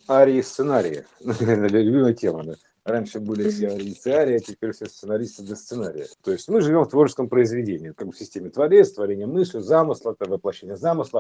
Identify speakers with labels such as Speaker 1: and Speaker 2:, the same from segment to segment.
Speaker 1: Арии сценария. Любимая тема, да. Раньше были все арийцы арии, а теперь все сценаристы для сценария. То есть мы живем в творческом произведении, как бы в системе творец, творение мысли, замысла, это воплощение замысла,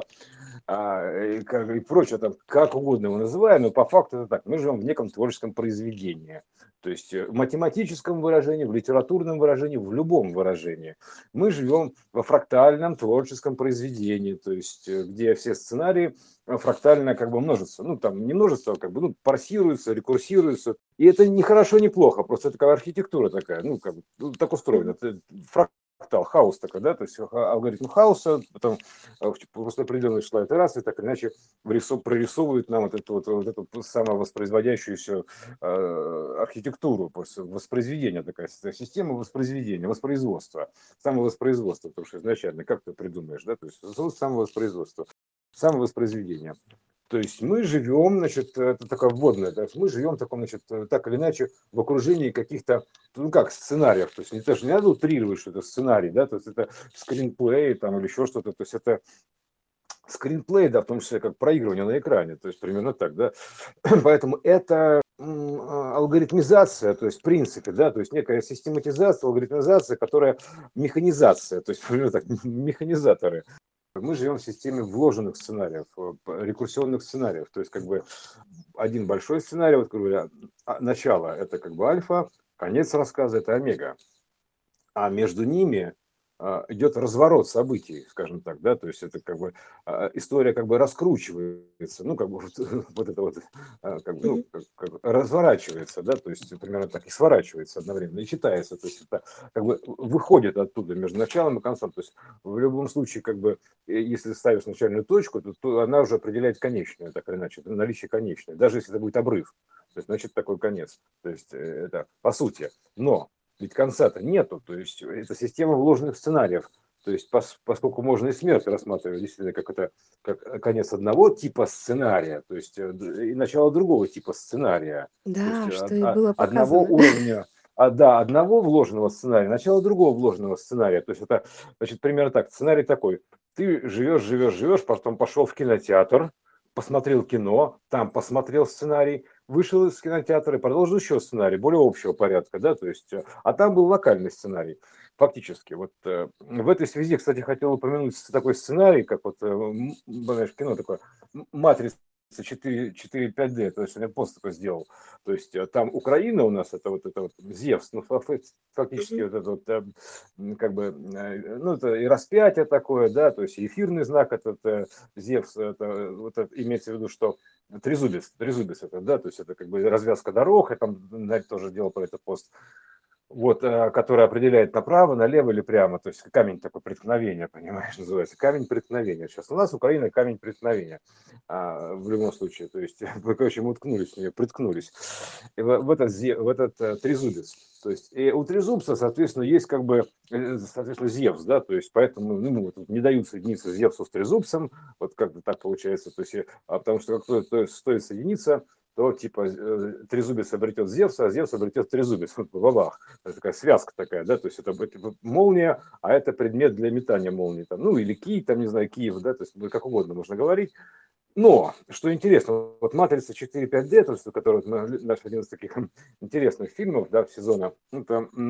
Speaker 1: и прочее, там, как угодно его называем, но по факту это так. Мы живем в неком творческом произведении. То есть в математическом выражении, в литературном выражении, в любом выражении. Мы живем во фрактальном творческом произведении, то есть где все сценарии фрактально как бы множится. Ну, там не множество, как бы, ну, парсируется, рекурсируется. И это не хорошо, не плохо, просто это такая архитектура такая, ну, как бы, ну, так устроено. Это фрактал, хаос такой, да, то есть алгоритм хаоса, потом после определенной шла итерации, так или иначе прорисовывает нам вот эту самовоспроизводящуюся архитектуру, воспроизведения, такая система воспроизведения, воспроизводства, самовоспроизводства, потому что изначально, как ты придумаешь, да, то есть самовоспроизводство, самовоспроизведение. То есть мы живем, значит, это такая вводная, да, мы живем в таком, значит, так или иначе в окружении каких-то, ну как, сценариев. То есть не, тоже не надо утрировать, что это сценарий, да, то есть это скринплей там или еще что-то, то есть это скринплей, да, в том числе как проигрывание на экране, то есть примерно так, да. Поэтому это алгоритмизация, то есть в принципе, да, то есть некая систематизация, алгоритмизация, которая механизация, то есть примерно так, механизаторы. Мы живем в системе вложенных сценариев, рекурсионных сценариев. То есть, как бы один большой сценарий, вот говоря, начало это как бы альфа, конец рассказа это омега. А между ними идет разворот событий, скажем так, да, то есть это как бы история как бы раскручивается, ну как бы вот это вот как бы, ну, как разворачивается, да, то есть примерно так и сворачивается одновременно и читается, то есть это как бы выходит оттуда между началом и концом, то есть в любом случае как бы если ставишь начальную точку, то она уже определяет конечную, так или иначе, это наличие конечной, даже если это будет обрыв, то есть значит такой конец, то есть это по сути, но ведь конца-то нету, то есть это система вложенных сценариев. То есть поскольку можно и смерть рассматривать действительно как это как конец одного типа сценария, то есть и начало другого типа сценария, то есть
Speaker 2: Да, что и было
Speaker 1: одного
Speaker 2: показано.
Speaker 1: уровня, да, одного вложенного сценария, начало другого вложенного сценария. То есть это, значит, примерно так. Сценарий такой: ты живешь, потом пошел в кинотеатр, посмотрел кино, там посмотрел сценарий, вышел из кинотеатра и продолжил еще сценарий более общего порядка, да, то есть, а там был локальный сценарий, фактически. Вот в этой связи, кстати, хотел упомянуть такой сценарий, как вот, знаешь, кино такое, «Матрица 4.5D», то есть я пост такой сделал. То есть там Украина у нас, это вот Зевс, ну, фактически
Speaker 2: Мгм.
Speaker 1: вот это вот, как бы, ну, это и распятие такое, да, то есть эфирный знак этот Зевс, это, вот это имеется в виду, что трезубец это, да, то есть это как бы развязка дорог, я там тоже делал про этот пост, вот, который определяет направо, налево или прямо, то есть камень такой преткновения, понимаешь, называется, камень преткновения. Сейчас у нас Украина камень преткновения, в любом случае, то есть, вы, короче, мы уткнулись в нее, приткнулись в этот трезубец. То есть и у трезубца, соответственно, есть как бы, соответственно, Зевс, да, то есть поэтому ну, вот, не дают соединиться Зевсу с трезубцем, вот как-то так получается, то есть, потому что как стоит соединиться, то типа трезубец обретет Зевса, а Зевс обретет трезубец. Вот бабах. Это такая связка такая, да, то есть это молния, а это предмет для метания молнии. Там, ну или Киев, там, не знаю, Киев, да, то есть как угодно можно говорить. Но, что интересно, вот «Матрица 4.5D», то есть, который наш один из таких интересных фильмов, да, сезона, ну,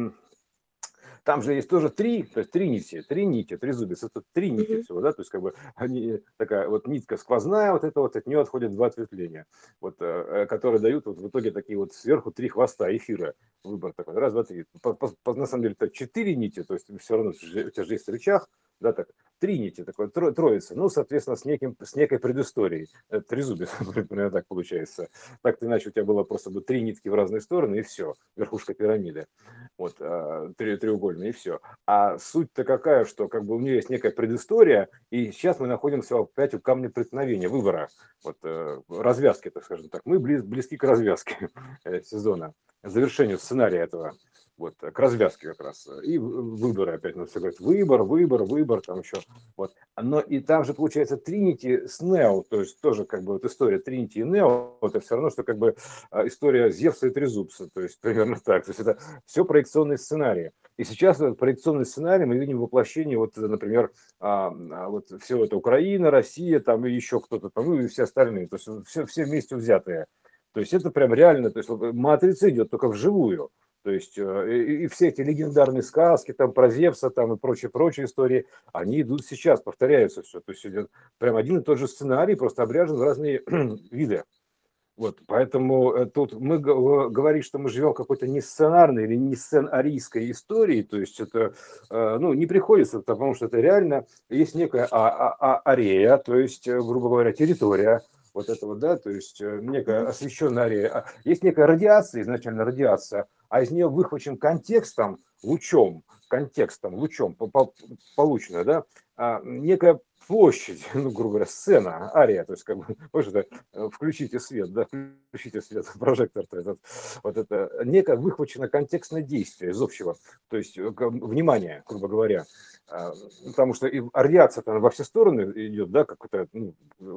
Speaker 1: там же есть тоже три, то есть три нити, трезубец, это три нити
Speaker 2: Мгм.
Speaker 1: всего, да, то есть как бы они, такая вот нитка сквозная, вот это вот, от нее отходят два ответвления, вот, которые дают вот в итоге такие вот сверху три хвоста эфира, выбор такой, раз, два, три. На самом деле это четыре нити, то есть все равно у тебя же есть рычаг, да, так, три нити, такой, троица, ну, соответственно, с некой предысторией, трезубец, примерно так получается. Так-то иначе у тебя было просто бы три нитки в разные стороны, и все, верхушка пирамиды вот, треугольный, и все. А суть-то какая, что как бы у нее есть некая предыстория, и сейчас мы находимся опять у камня преткновения, выбора, вот, развязки, так скажем так. Мы близки к развязке сезона, завершению сценария этого, вот, к развязке как раз. И выборы опять, ну, все говорят, выбор, там еще. Вот. Но и там же получается Тринити с Нео, то есть тоже как бы вот история Тринити и Нео, это все равно, что как бы история Зевса и Трезубца, то есть примерно так. То есть это все проекционные сценарии. И сейчас этот проекционный сценарий мы видим в воплощении, вот, например, вот все это Украина, Россия, там и еще кто-то там, ну и все остальные, то есть все вместе взятые. То есть это прям реально, то есть матрица идет только вживую. То есть и все эти легендарные сказки там про Зевса там и прочие истории, они идут сейчас, повторяются все. То есть идет прям один и тот же сценарий, просто обряжен в разные виды. Вот, поэтому тут мы говорим, что мы живем в какой-то несценарной или несценарийской истории, то есть это, ну, не приходится, потому что это реально есть некая арея, то есть, грубо говоря, территория, вот это вот, да, то есть некая освещенная арея. Есть некая радиация, изначально радиация, а из нее выхвачен лучом получено, да, некая площадь, ну, грубо говоря, сцена, ария, то есть, как бы, больше включите свет, да, включите свет, прожектор, этот, вот это, некое выхвачено контекстное действие из общего, то есть, внимание, грубо говоря, потому что и радиация там во все стороны идет, да, как-то, ну,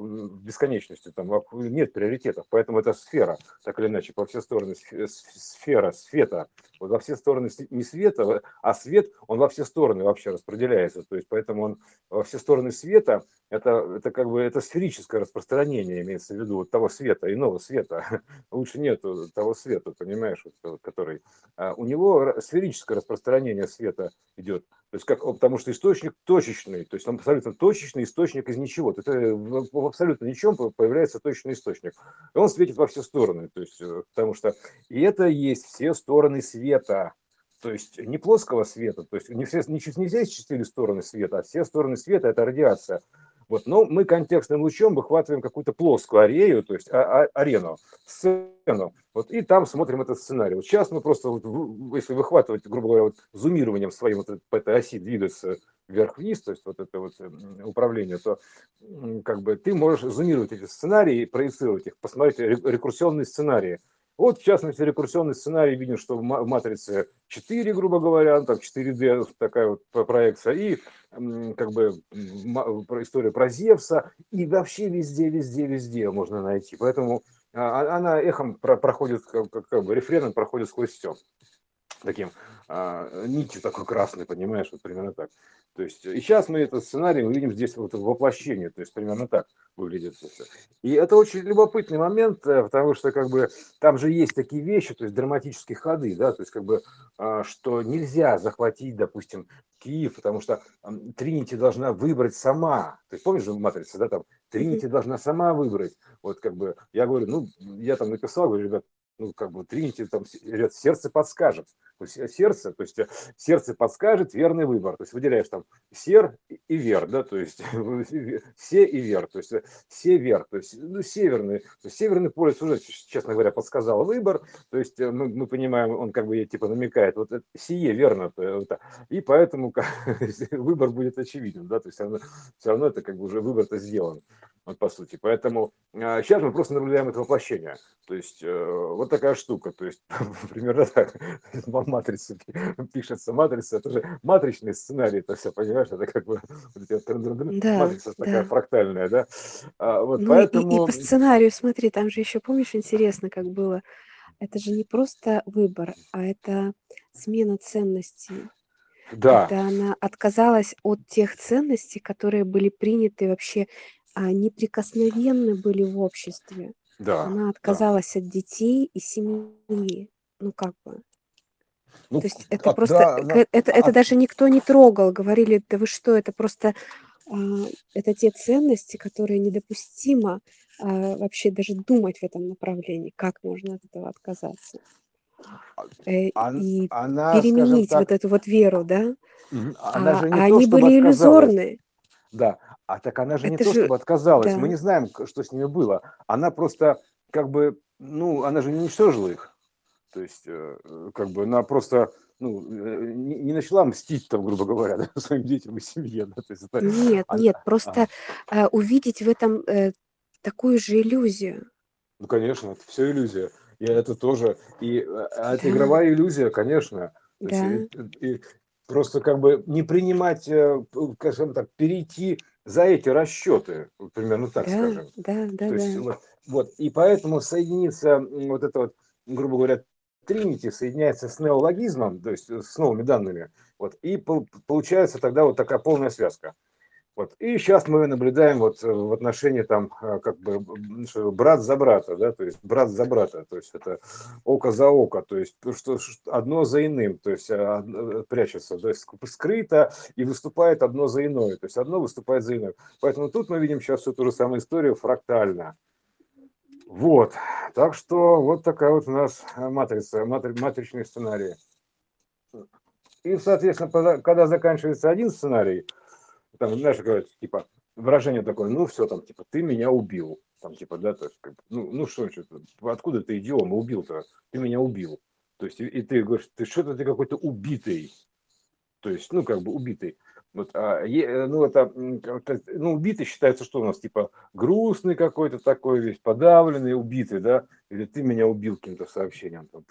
Speaker 1: в бесконечности, там нет приоритетов, поэтому это сфера, так или иначе, по все стороны сфера света, вот во все стороны не света, а свет, он во все стороны вообще распределяется, то есть, поэтому он во все стороны света, это как бы это сферическое распространение имеется в виду вот того света, иного света. Лучше нету того света, понимаешь, вот, который у него сферическое распространение света идет. То есть как, потому что источник точечный, то есть он абсолютно точечный источник из ничего. Это в абсолютно ничем появляется точный источник. И он светит во все стороны. То есть, потому что и это есть все стороны света. То есть не плоского света, то есть не все есть 4 стороны света, а все стороны света – это радиация. Вот, но мы контекстным лучом выхватываем какую-то плоскую арею, то есть арену, сцену, вот, и там смотрим этот сценарий. Вот сейчас мы просто, вот, если выхватывать, грубо говоря, вот, зумированием своим вот по этой оси двигаться вверх-вниз, то есть вот это вот управление, то как бы ты можешь зумировать эти сценарии, проецировать их, посмотреть рекурсионные сценарии. Вот, в частности, рекурсионный сценарий видим, что в матрице 4, грубо говоря, там 4D такая вот проекция, и как бы история про Зевса, и вообще везде можно найти. Поэтому она эхом проходит, как бы рефреном проходит сквозь все. Таким нитью такой красной, понимаешь, вот примерно так. То есть и сейчас мы этот сценарий увидим здесь вот в воплощении, то есть примерно так выглядит это все. И это очень любопытный момент, потому что как бы там же есть такие вещи, то есть драматические ходы, да, то есть как бы что нельзя захватить, допустим, Киев, потому что Тринити должна выбрать сама. То есть помнишь же матрица, да, там Тринити должна сама выбрать. Вот как бы я говорю, ну я там написал, говорю, ребят, ну как бы Тринити там сердце подскажет. То есть сердце подскажет верный выбор. То есть выделяешь там сер и вер, да, то есть се и вер, то есть север, то есть ну, северный полюс уже, честно говоря, подсказал выбор, то есть мы понимаем, он как бы ей типа намекает, вот сие верно, и поэтому выбор будет очевиден, да, то есть все равно это как бы уже выбор-то сделан. Вот, по сути. Поэтому сейчас мы просто наблюдаем это воплощение. То есть вот такая штука. То есть примерно так. Матрица пишется. Матрица, это же матричный сценарий, это все, понимаешь? Это как бы
Speaker 2: Да,
Speaker 1: матрица такая
Speaker 2: да.
Speaker 1: фрактальная, да? Вот
Speaker 2: Ну и по
Speaker 1: поэтому,
Speaker 2: сценарию, смотри, там же еще, помнишь, интересно, как было? Это же не просто выбор, а это смена ценностей.
Speaker 1: да,
Speaker 2: Это она отказалась от тех ценностей, которые были приняты вообще, неприкосновенны были в обществе.
Speaker 1: да,
Speaker 2: Она
Speaker 1: да.
Speaker 2: отказалась от детей и семьи. Ну, как бы.
Speaker 1: Ну,
Speaker 2: То есть это просто,
Speaker 1: да,
Speaker 2: это даже никто не трогал. Говорили, да вы что, это просто, а, это те ценности, которые недопустимо вообще даже думать в этом направлении. Как можно от этого отказаться? И
Speaker 1: она, скажем
Speaker 2: переменить вот
Speaker 1: так,
Speaker 2: эту вот веру, да?
Speaker 1: она же не
Speaker 2: А
Speaker 1: то,
Speaker 2: они
Speaker 1: чтобы
Speaker 2: были
Speaker 1: отказалась.
Speaker 2: иллюзорны.
Speaker 1: Да, так она же не
Speaker 2: Это
Speaker 1: то
Speaker 2: же,
Speaker 1: чтобы отказалась. Мы
Speaker 2: да,
Speaker 1: не знаем, что с ними было. Она просто как бы, ну, она же не уничтожила их. То есть, как бы она просто, ну, не начала мстить там, грубо говоря, да, своим детям и семье. Да, то есть это,
Speaker 2: нет,
Speaker 1: она-
Speaker 2: нет, просто увидеть в этом такую же иллюзию.
Speaker 1: ну, конечно, это все иллюзия. И это тоже, это
Speaker 2: Да,
Speaker 1: игровая иллюзия, конечно. То есть,
Speaker 2: да,
Speaker 1: и просто как бы не принимать, скажем так, перейти за эти расчеты, вот примерно так
Speaker 2: да,
Speaker 1: скажем.
Speaker 2: да, да,
Speaker 1: То
Speaker 2: да.
Speaker 1: есть вот, и поэтому соединиться вот это вот, грубо говоря, Тринити соединяется с неологизмом, то есть с новыми данными, вот, и получается тогда вот такая полная связка. Вот. И сейчас мы наблюдаем вот в отношении там как бы что брат за брата, да, то есть брат за брата, то есть это око за око, то есть что одно за иным, то есть прячется, то есть скрыто и выступает одно за иное, то есть одно выступает за иное. Поэтому тут мы видим сейчас всю ту же самую историю фрактально. Вот, так что вот такая вот у нас матрица, матричный сценарий. И, соответственно, когда заканчивается один сценарий, там, знаешь, говорят, типа, выражение такое, ну, все, там, типа, ты меня убил. Там, типа, да, то есть, как, ну что, откуда ты идиом убил-то? Ты меня убил. То есть, и ты говоришь, ты что-то ты какой-то убитый. То есть, ну, как бы убитый. Вот, ну, это, ну, убитый считается, что у нас, типа, грустный какой-то такой, весь подавленный, убитый, да, или ты меня убил каким-то сообщением, там,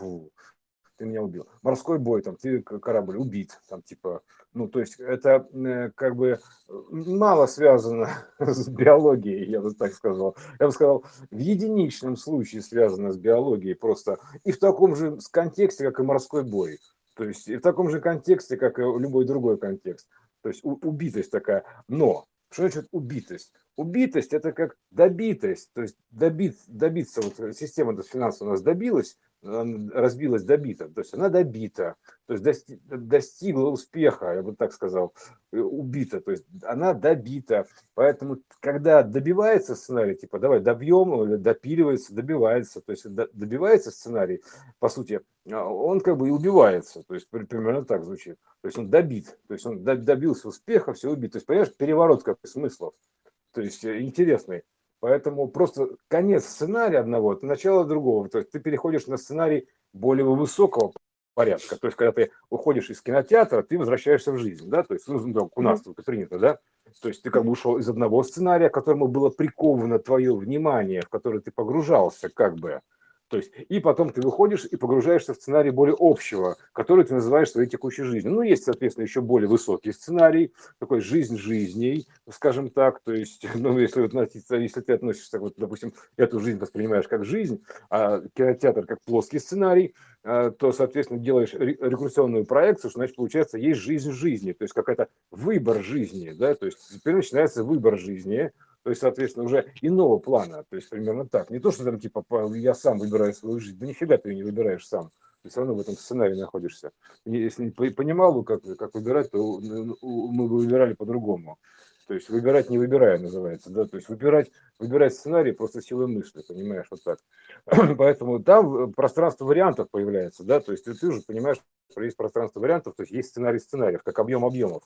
Speaker 1: ты меня убил. Морской бой, там, ты корабль убит, там, типа, ну, то есть это как бы мало связано с биологией, я бы так сказал. Я бы сказал, в единичном случае связано с биологией просто. И в таком же контексте, как и морской бой. То есть и в таком же контексте, как и любой другой контекст. То есть убитость такая. Но что значит убитость? Убитость это как добитость. То есть добиться, вот система финансовая у нас добилась, разбилась, добита. То есть она добита, то есть достигла успеха, я бы так сказал, убита, то есть она добита. Поэтому, когда добивается сценарий, типа давай добьем, или допиливается, добивается, то есть добивается сценарий, по сути, он как бы и убивается, то есть примерно так звучит. То есть он добит, то есть он добился успеха, все убит. То есть, понимаешь, переворот как смыслов, то есть интересный. Поэтому просто конец сценария одного, это начало другого. То есть ты переходишь на сценарий более высокого порядка. То есть когда ты уходишь из кинотеатра, ты возвращаешься в жизнь, да, то есть ну, у нас тут принято, да. То есть ты как бы ушел из одного сценария, к которому было приковано твое внимание, в который ты погружался как бы. То есть, и потом ты выходишь и погружаешься в сценарий более общего, который ты называешь своей текущей жизнью. Ну, есть, соответственно, еще более высокий сценарий, такой жизнь жизней, скажем так. То есть, ну, если, относиться, если ты относишься, вот, допустим, эту жизнь воспринимаешь как жизнь, а кинотеатр как плоский сценарий, то, соответственно, делаешь рекурсионную проекцию, что, значит, получается, есть жизнь жизни, то есть какой-то выбор жизни, да, то есть теперь начинается выбор жизни, то есть, соответственно, уже иного плана. То есть, примерно так. Не то, что там, типа, я сам выбираю свою жизнь. Да нифига ты ее не выбираешь сам. Ты все равно в этом сценарии находишься. Если не понимал, как выбирать, то мы бы выбирали по-другому. То есть, выбирать не выбирая называется. Да? То есть, выбирать сценарий просто силой мысли, понимаешь, вот так. Поэтому там пространство вариантов появляется. Да? То есть, ты уже понимаешь, что есть пространство вариантов, то есть есть сценарий сценариев, как объем объемов.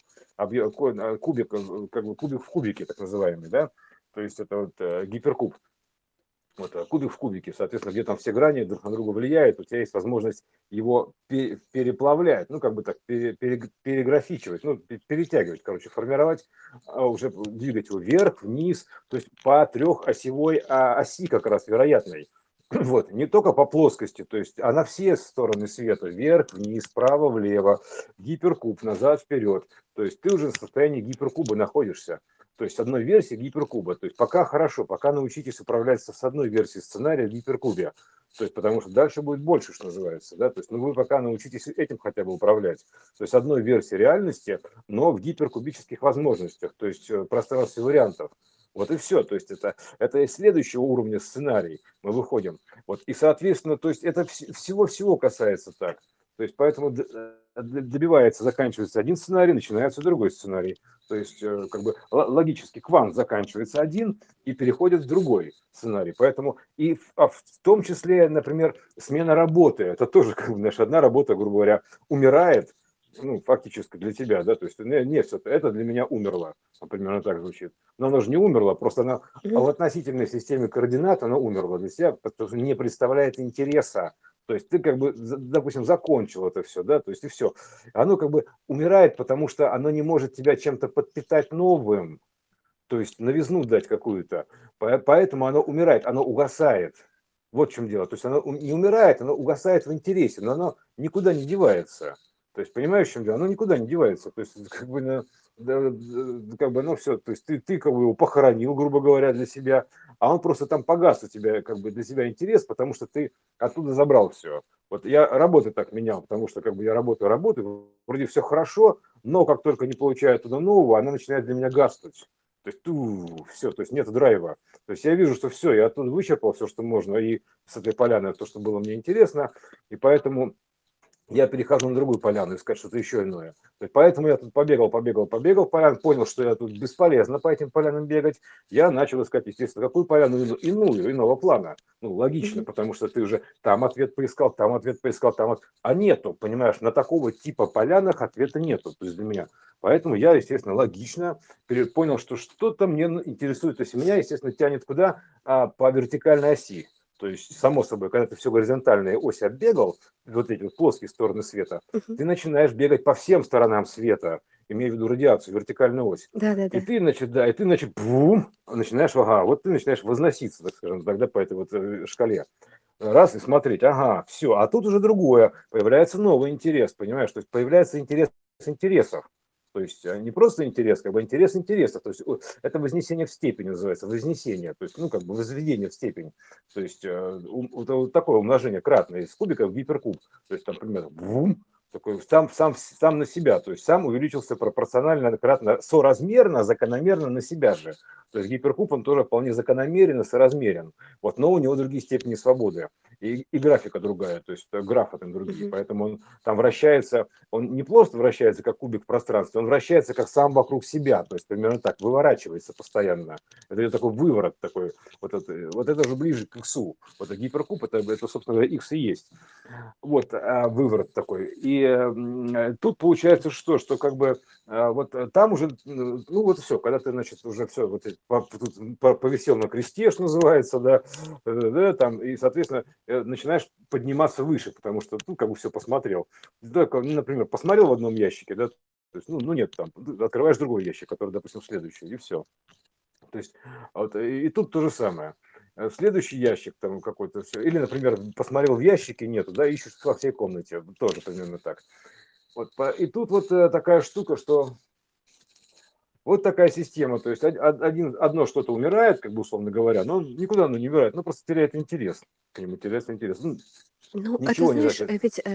Speaker 1: Кубик, как бы кубик в кубике, так называемый, да, то есть это вот гиперкуб, вот, кубик в кубике, соответственно, где там все грани друг на друга влияют, у тебя есть возможность его переплавлять, ну, как бы так, переграфичивать, ну, перетягивать, короче, формировать, уже двигать его вверх, вниз, то есть по трехосевой оси как раз вероятной. Вот, не только по плоскости, то есть, а на все стороны света, вверх, вниз, вправо, влево, гиперкуб, назад, вперед. То есть ты уже в состоянии гиперкуба находишься. То есть одной версии гиперкуба. То есть пока хорошо, пока научитесь управляться с одной версией сценария в гиперкубе. То есть потому что дальше будет больше, что называется. Да? То есть ну, вы пока научитесь этим хотя бы управлять. То есть одной версии реальности, но в гиперкубических возможностях. То есть пространстве вариантов. Вот и все. То есть это из следующего уровня сценарий мы выходим. Вот. И, соответственно, то есть это всего-всего касается так. То есть поэтому добивается, заканчивается один сценарий, начинается другой сценарий. То есть как бы логически квант заканчивается один и переходит в другой сценарий. Поэтому и в том числе, например, смена работы. Это тоже как бы, знаешь, одна работа, грубо говоря, умирает, ну, фактически для тебя, да, то есть нет, это для меня умерло, примерно так звучит. Но оно же не умерло, просто оно в относительной системе координат оно умерло для себя, потому что не представляет интереса. То есть ты как бы, допустим, закончил это все, да, то есть и все. Оно как бы умирает, потому что оно не может тебя чем-то подпитать новым, то есть новизну дать какую-то. Поэтому оно умирает, оно угасает. Вот в чем дело. То есть оно не умирает, оно угасает в интересе, но оно никуда не девается. То есть понимаешь, в чем дело? Оно никуда не девается. То есть как бы, как бы оно все, то есть ты как бы его похоронил, грубо говоря, для себя, а он просто там погас у тебя как бы для себя интерес, потому что ты оттуда забрал все. Вот я работы так менял, потому что как бы я работаю, вроде все хорошо, но как только не получаю туда нового, она начинает для меня гаснуть. То есть все, то есть нет драйва. То есть я вижу, что все, я оттуда вычерпал все, что можно, и с этой поляны то, что было мне интересно, и поэтому я перехожу на другую поляну, искать что-то еще иное. То есть поэтому я тут побегал полян, понял, что я тут бесполезно по этим полянам бегать. Я начал искать, естественно, какую поляну иную, иного плана. Ну, логично,
Speaker 2: Мгм.
Speaker 1: потому что ты уже там ответ поискал, а нету, понимаешь, на такого типа полянах ответа нету, то есть для меня. Поэтому я, естественно, логично понял, что что-то мне интересует. То есть меня, естественно, тянет куда? По вертикальной оси. То есть, само собой, когда ты все горизонтальные оси оббегал, вот эти вот плоские стороны света,
Speaker 2: Мгм.
Speaker 1: ты начинаешь бегать по всем сторонам света, имея в виду радиацию, вертикальную ось. И
Speaker 2: Да-да-да.
Speaker 1: ты, значит, да, и ты, значит, бум, начинаешь, ага, вот ты начинаешь возноситься, так скажем, тогда по этой вот шкале. Раз и смотреть, ага, все, а тут уже другое, появляется новый интерес, понимаешь, то есть появляется интерес интересов. То есть не просто интерес, как бы интерес интересов. То есть это вознесение в степень называется, вознесение, то есть, ну, как бы возведение в степень. То есть вот такое умножение кратное из кубика в гиперкуб. То есть там примерно бум, такой сам на себя, то есть сам увеличился пропорционально, кратно, соразмерно, закономерно на себя же. То есть гиперкуб, он тоже вполне закономерен и соразмерен. Вот, но у него другие степени свободы. И графика другая, то есть графы там другие.
Speaker 2: Мгм.
Speaker 1: Поэтому он там вращается, он не просто вращается как кубик в пространстве, он вращается как сам вокруг себя. То есть примерно так, выворачивается постоянно. Это такой выворот такой. Вот это уже ближе к иксу. Вот гиперкуб, это, собственно говоря, икс и есть. Вот, выворот такой. И тут получается что как бы вот там уже, ну вот все, когда ты, значит, уже все, вот повисел на кресте, что называется, да, да, там, и, соответственно, начинаешь подниматься выше, потому что, ну, как бы все посмотрел. Да, ну, например, посмотрел в одном ящике, да, то есть, ну нет, там, открываешь другой ящик, который, допустим, следующий, и все. То есть вот, и тут то же самое. Следующий ящик там какой-то все. Или, например, посмотрел в ящике, нету, да, ищешь во всей комнате. Тоже примерно так. Вот, и тут вот такая штука, что вот такая система. То есть одно что-то умирает, как бы условно говоря, но никуда оно не умирает, но просто теряет интерес к нему, теряет интерес. Ну,
Speaker 2: Ну, это,
Speaker 1: ничего не
Speaker 2: знаешь,
Speaker 1: значит.
Speaker 2: ведь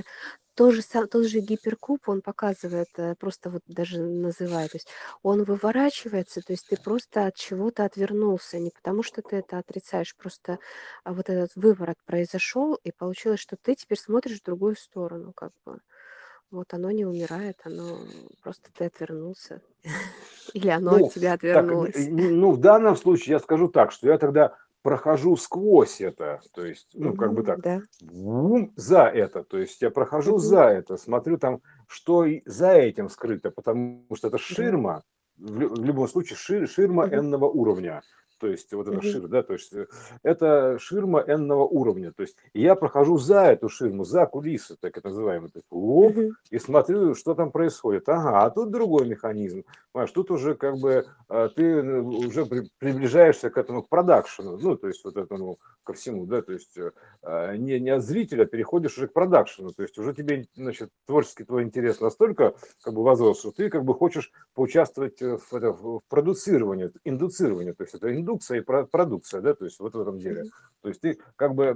Speaker 2: тот же гиперкуб, он показывает, просто вот даже называет, то есть он выворачивается, то есть ты просто от чего-то отвернулся, не потому что ты это отрицаешь, просто вот этот выворот произошел, и получилось, что ты теперь смотришь в другую сторону, как бы. Вот оно не умирает, оно просто ты отвернулся. Или оно от
Speaker 1: Ну,
Speaker 2: тебя
Speaker 1: так,
Speaker 2: отвернулось.
Speaker 1: ну, в данном случае я скажу так, что я тогда прохожу сквозь это, то есть, ну, как бы так,
Speaker 2: Да.
Speaker 1: за это, то есть я прохожу
Speaker 2: Мгм.
Speaker 1: за это, смотрю там, что за этим скрыто, потому что это
Speaker 2: Да.
Speaker 1: ширма, в любом случае ширма
Speaker 2: Мгм.
Speaker 1: n уровня, то есть вот это
Speaker 2: Мгм.
Speaker 1: шир, да, то есть это ширма n уровня, то есть я прохожу за эту ширму, за кулисы, так это называемые, то есть, оп,
Speaker 2: Мгм.
Speaker 1: и смотрю, что там происходит. Ага, а тут другой механизм. Понимаешь, тут уже как бы ты уже приближаешься к этому, к продакшену, ну, то есть вот этому ко всему, да, то есть не от зрителя переходишь уже к продакшену, то есть уже тебе, значит, творческий твой интерес настолько как бы возрос, что ты как бы хочешь поучаствовать в продуцировании, индуцировании, то есть это индукция и продукция, да, то есть вот в этом деле.
Speaker 2: Мгм.
Speaker 1: То есть ты как бы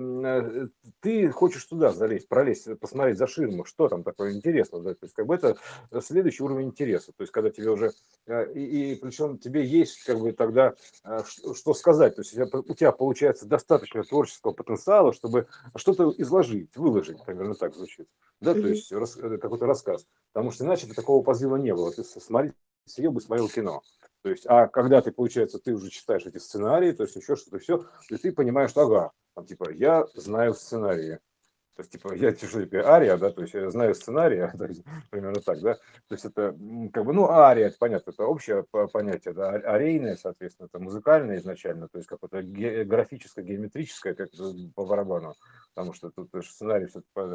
Speaker 1: ты хочешь туда залезть, пролезть, посмотреть за ширму, что там такое интересно, да, то есть как бы это следующий уровень интереса, то есть когда тебе уже и причем тебе есть как бы тогда что сказать, то есть у тебя получается достаточно творческого потенциала, чтобы что-то изложить, выложить, примерно так звучит, да, то
Speaker 2: Мгм.
Speaker 1: есть какой-то рассказ, потому что иначе бы такого позыва не было, ты сидел бы, смотрел кино. То есть, а когда ты, получается, ты уже читаешь эти сценарии, то есть еще что-то все, и ты понимаешь, что ага, там, типа, я знаю сценарии, то есть, типа, я тяжело ария, да, то есть я знаю сценарий, то есть, примерно так, да. То есть это как бы, ну, ария, это понятно, это общее понятие, да, арейное, соответственно, это музыкальное изначально, то есть какое-то графическое, геометрическое, как по барабану, потому что тут сценарий,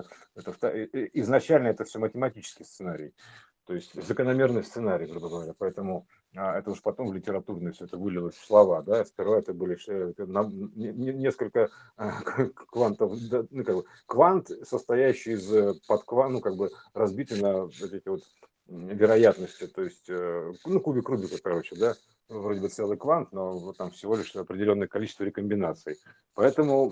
Speaker 1: изначально это все математический сценарий, то есть закономерный сценарий, грубо говоря, поэтому это уж потом в литературное все это вылилось в слова, да, сперва это были несколько квантов, ну, как бы, квант, состоящий из подквант, ну, как бы разбитый на вот эти вот вероятности, то есть, ну, кубик Рубика, короче, да, вроде бы целый квант, но вот там всего лишь определенное количество рекомбинаций. Поэтому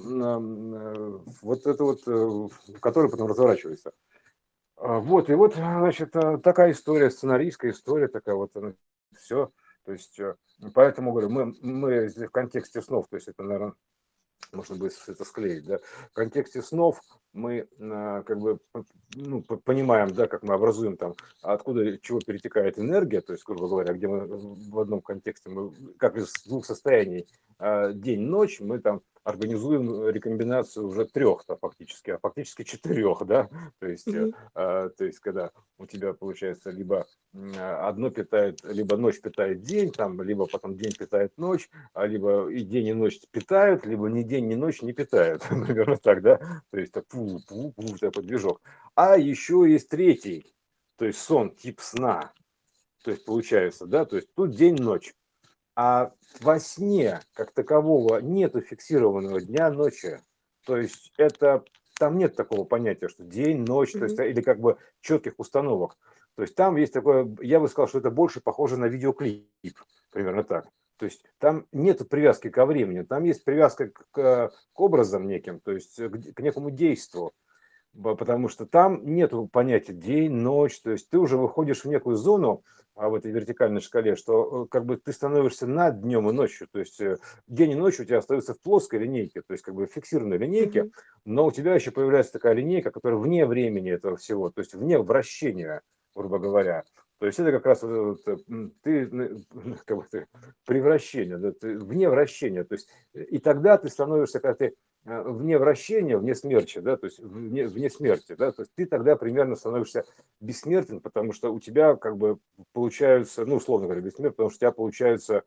Speaker 1: вот это вот, который потом разворачивается. Вот, и вот, значит, такая история, сценарийская история такая вот, все. То есть, поэтому, говорю, мы в контексте снов, то есть это, наверное, можно будет это склеить, да. В контексте снов мы как бы ну, понимаем, да, как мы образуем там, откуда, чего перетекает энергия, то есть, грубо говоря, где мы в одном контексте, мы как из двух состояний день-ночь, мы там организуем рекомбинацию уже трех-то фактически, а фактически четырех, да,
Speaker 2: Мгм.
Speaker 1: то есть когда у тебя получается либо одно питает, либо ночь питает день, там, либо потом день питает ночь, либо и день, и ночь питают, либо ни день, ни ночь не питают. Наверное, так, да? То есть так, такой движок. А еще есть третий, то есть сон, тип сна. То есть получается, да, то есть тут день-ночь. А во сне, как такового, нету фиксированного дня-ночи. То есть это там нет такого понятия, что день, ночь, то есть
Speaker 2: Мгм.
Speaker 1: или как бы четких установок. То есть там есть такое, я бы сказал, что это больше похоже на видеоклип, примерно так. То есть там нет привязки ко времени, там есть привязка к образам неким, то есть к некому действию. Потому что там нету понятия день, ночь, то есть ты уже выходишь в некую зону в этой вертикальной шкале, что как бы ты становишься над днем и ночью, то есть день и ночь у тебя остаются в плоской линейке, то есть как бы в фиксированной линейке,
Speaker 2: Мгм.
Speaker 1: но у тебя еще появляется такая линейка, которая вне времени этого всего, то есть вне вращения, грубо говоря. То есть это как раз ты, как бы ты, превращение, да, ты вне вращения, то есть и тогда ты становишься, когда ты вне вращения, вне смерти, да, то есть вне смерти, да, то есть ты тогда примерно становишься бессмертен, потому что у тебя как бы получаются, ну, условно говоря, бессмертен, потому что у тебя получаются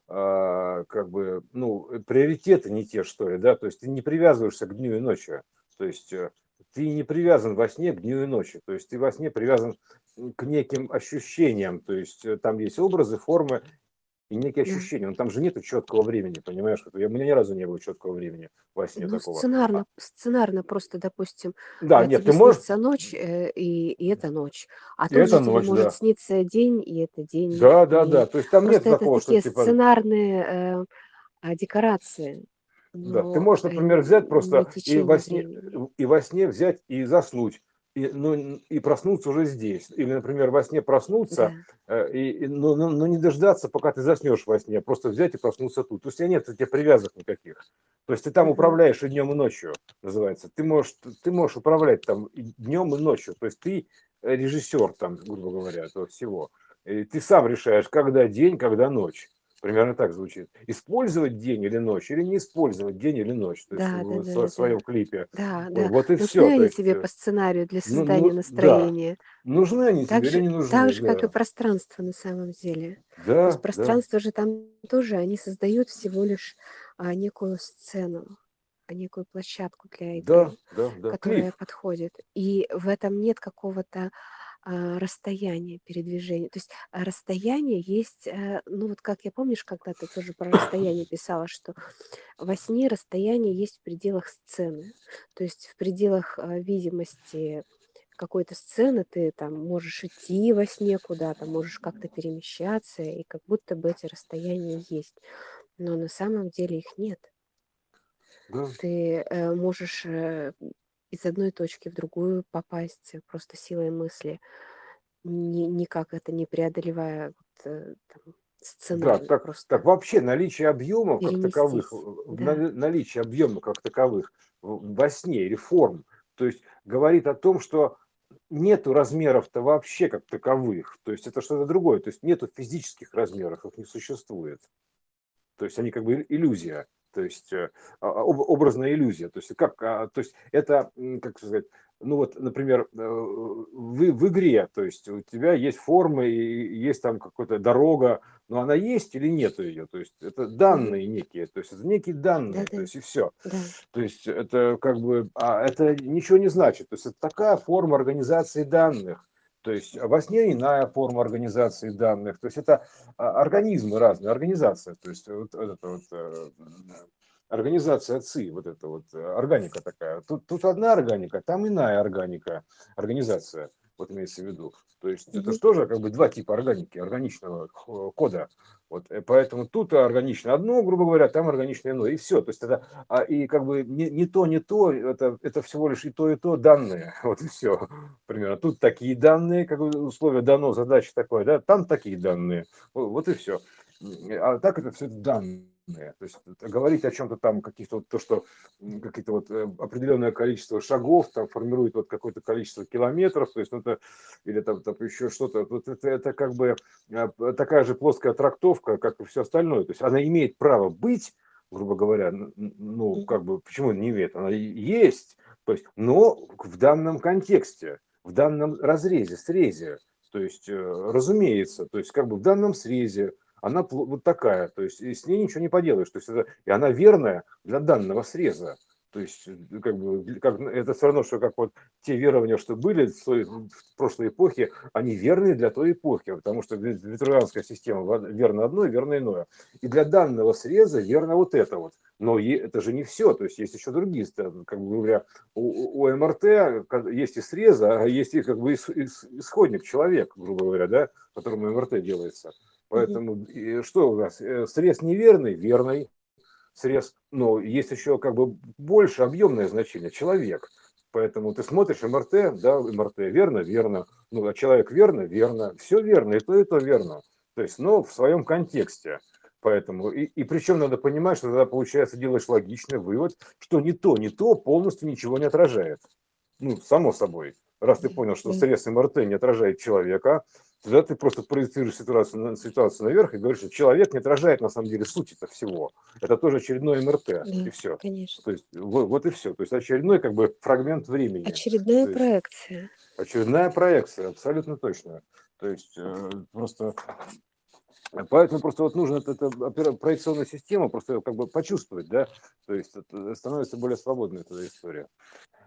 Speaker 1: как бы, ну, приоритеты не те, что ли, да, то есть ты не привязываешься к дню и ночи, то есть ты не привязан во сне к дню и ночи, то есть ты во сне привязан к неким ощущениям, то есть там есть образы, формы, и некие
Speaker 2: Да.
Speaker 1: ощущения. Но там же нету четкого времени, понимаешь? У меня ни разу не было четкого времени во сне
Speaker 2: Ну,
Speaker 1: такого.
Speaker 2: сценарно просто, допустим,
Speaker 1: Да, нет, ты
Speaker 2: тебе
Speaker 1: можешь,
Speaker 2: снится ночь, и это ночь, а
Speaker 1: и
Speaker 2: тут же
Speaker 1: это
Speaker 2: тебе
Speaker 1: ночь,
Speaker 2: может
Speaker 1: да.
Speaker 2: сниться день, и это день.
Speaker 1: Да, да, да.
Speaker 2: И
Speaker 1: То есть там нет
Speaker 2: просто это
Speaker 1: такого, что
Speaker 2: такие
Speaker 1: типа,
Speaker 2: сценарные, декорации,
Speaker 1: да, ты
Speaker 2: но,
Speaker 1: можешь, например, взять
Speaker 2: не
Speaker 1: просто
Speaker 2: течение времени.
Speaker 1: и во сне взять и заснуть. И, ну, и проснуться уже здесь. Или, например, во сне проснуться,
Speaker 2: Да.
Speaker 1: но не дождаться, пока ты заснешь во сне, а просто взять и проснуться тут. То есть у тебя нет этих привязок никаких. То есть ты там
Speaker 2: Мгм.
Speaker 1: управляешь и днем, и ночью, называется. Ты можешь управлять там и днем, и ночью. То есть ты режиссер там, грубо говоря, этого всего. И ты сам решаешь, когда день, когда ночь. Примерно так звучит. Использовать день или ночь, или не использовать день или ночь, то есть
Speaker 2: Да,
Speaker 1: в
Speaker 2: да-да-да-да.
Speaker 1: своем клипе.
Speaker 2: Да,
Speaker 1: Ой,
Speaker 2: да.
Speaker 1: вот и все.
Speaker 2: Нужны
Speaker 1: То
Speaker 2: они
Speaker 1: есть,
Speaker 2: тебе по сценарию для создания
Speaker 1: ну, да,
Speaker 2: настроения.
Speaker 1: нужны они
Speaker 2: Так
Speaker 1: тебе или
Speaker 2: же
Speaker 1: не
Speaker 2: так
Speaker 1: нужны,
Speaker 2: же, как и
Speaker 1: да.
Speaker 2: пространство на самом деле. То есть
Speaker 1: Да, да,
Speaker 2: пространство же там тоже, они создают всего лишь, некую сцену, некую площадку для
Speaker 1: да,
Speaker 2: игры,
Speaker 1: да, да. Клип,
Speaker 2: которая подходит. И в этом нет какого-то, расстояния передвижения. То есть, расстояние есть, ну, вот как я, помнишь, когда-то тоже про расстояние писала, что во сне расстояние есть в пределах сцены. То есть в пределах, видимости какой-то сцены ты там можешь идти во сне куда-то, можешь как-то перемещаться, и как будто бы эти расстояния есть. Но на самом деле их нет.
Speaker 1: да,
Speaker 2: Ты, можешь, из одной точки в другую попасть, просто силой мысли, никак это не преодолевая вот, там
Speaker 1: да.
Speaker 2: сценарно,
Speaker 1: Так
Speaker 2: просто
Speaker 1: вообще наличие объемов как таковых,
Speaker 2: перенестись. Да.
Speaker 1: наличие объема как таковых во сне или форм, то есть говорит о том, что нету размеров-то вообще как таковых. То есть это что-то другое. То есть нету физических размеров, их не существует. То есть они как бы иллюзия, то есть образная иллюзия. То есть как, то есть это, как сказать, ну вот, например, в игре, то есть у тебя есть формы и есть там какая-то дорога, но она есть или нету ее, то есть это
Speaker 2: Мгм.
Speaker 1: данные некие, то есть это некие данные, то
Speaker 2: Да-да.
Speaker 1: есть и все.
Speaker 2: Да.
Speaker 1: То есть это как бы, это ничего не значит, то есть это такая форма организации данных. То есть во сне иная форма организации данных. То есть это организмы разные, организация, то есть вот это вот организация ЦИ, вот это вот органика такая. Тут одна органика, там иная органика, организация. вот имеется в виду. То есть это
Speaker 2: Мгм.
Speaker 1: же тоже как бы два типа органики, органичного кода. Вот, поэтому тут органично одно, грубо говоря, там органично иное, и все. То есть это, и как бы не то, это всего лишь и то данные, вот и все. Примерно. Тут такие данные, как бы условие дано, задача такое, да, там такие данные, вот и все. А так это все данные. То есть говорить о чем-то там, каких-то вот то, что какие-то вот определенное количество шагов там формирует вот какое-то количество километров, то есть ну, это или там еще что-то, вот это как бы такая же плоская трактовка, как и все остальное. То есть она имеет право быть, грубо говоря, ну
Speaker 2: Мгм.
Speaker 1: как бы почему она не имеет, она есть, то есть, но в данном контексте, в данном разрезе, срезе, то есть, разумеется, то есть как бы в данном срезе она вот такая, то есть и с ней ничего не поделаешь, то есть это, и она верная для данного среза. То есть, как бы, это все равно, что как вот те верования, что были в прошлой эпохе, они верны для той эпохи, потому что витрувианская система верна одно и верно иное. И для данного среза верно вот это вот. Но это же не все, то есть есть еще другие, как бы говоря, у МРТ есть и среза, а есть и как бы исходник, человек, грубо говоря, да, которому МРТ делается.
Speaker 2: Мгм.
Speaker 1: Поэтому что у нас? Срез неверный, верный срез, но есть еще как бы больше объемное значение, человек. Поэтому ты смотришь МРТ, да, МРТ верно, верно, ну, а человек верно, верно, все верно, и то верно. То есть, но в своем контексте. Поэтому, и причем надо понимать, что тогда, получается, делаешь логичный вывод, что не то полностью ничего не отражает. Ну, само собой. Раз ты
Speaker 2: Да,
Speaker 1: понял, что
Speaker 2: да.
Speaker 1: срез МРТ не отражает человека, тогда ты просто проецируешь ситуацию наверх и говоришь, что человек не отражает на самом деле суть этого всего. Это тоже очередной МРТ, и
Speaker 2: Да,
Speaker 1: все.
Speaker 2: конечно.
Speaker 1: То есть вот и все. То есть очередной как бы фрагмент времени.
Speaker 2: Очередная
Speaker 1: То есть
Speaker 2: проекция.
Speaker 1: очередная проекция, абсолютно точно. То есть просто поэтому просто вот нужно это проекционную систему просто как бы почувствовать, да, то есть это становится более свободной эта история.